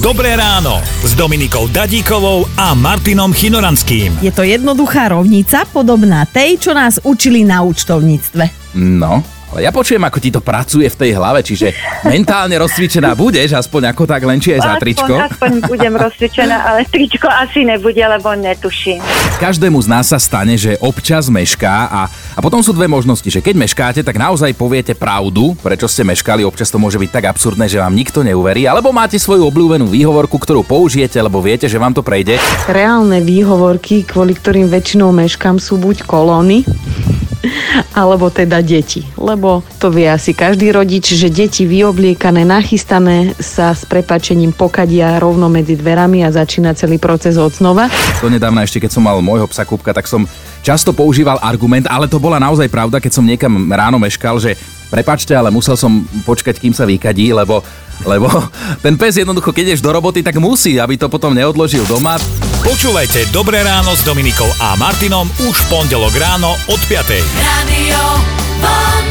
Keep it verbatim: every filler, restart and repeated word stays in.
Dobré ráno s Dominikou Dadíkovou a Martinom Chinoranským. Je to jednoduchá rovnica, podobná tej, čo nás učili na účtovníctve. No, ale ja počujem, ako ti to pracuje v tej hlave, čiže mentálne rozcvičená budeš, aspoň ako tak, len či aj za tričko. Aspoň, aspoň budem rozcvičená, ale tričko asi nebude, lebo netuším. Každému z nás sa stane, že občas mešká a, a potom sú dve možnosti, že keď meškáte, tak naozaj poviete pravdu, prečo ste meškali, občas to môže byť tak absurdné, že vám nikto neuverí, alebo máte svoju obľúbenú výhovorku, ktorú použijete, lebo viete, že vám to prejde. Reálne výhovorky, kvôli ktorým väčšinou meškám, sú buď kolóny, alebo teda deti. Lebo to vie asi každý rodič, že deti vyobliekané, nachystané sa s prepáčením pokadia rovno medzi dverami a začína celý proces od znova. To nedávna ešte, keď som mal môjho psa Kupka, tak som často používal argument, ale to bola naozaj pravda, keď som niekam ráno meškal, že prepáčte, ale musel som počkať, kým sa vykadí, lebo, lebo ten pes jednoducho, keď ideš do roboty, tak musí, aby to potom neodložil doma. Počúvajte Dobré ráno s Dominikou a Martinom už v pondelok ráno od piatej. Radio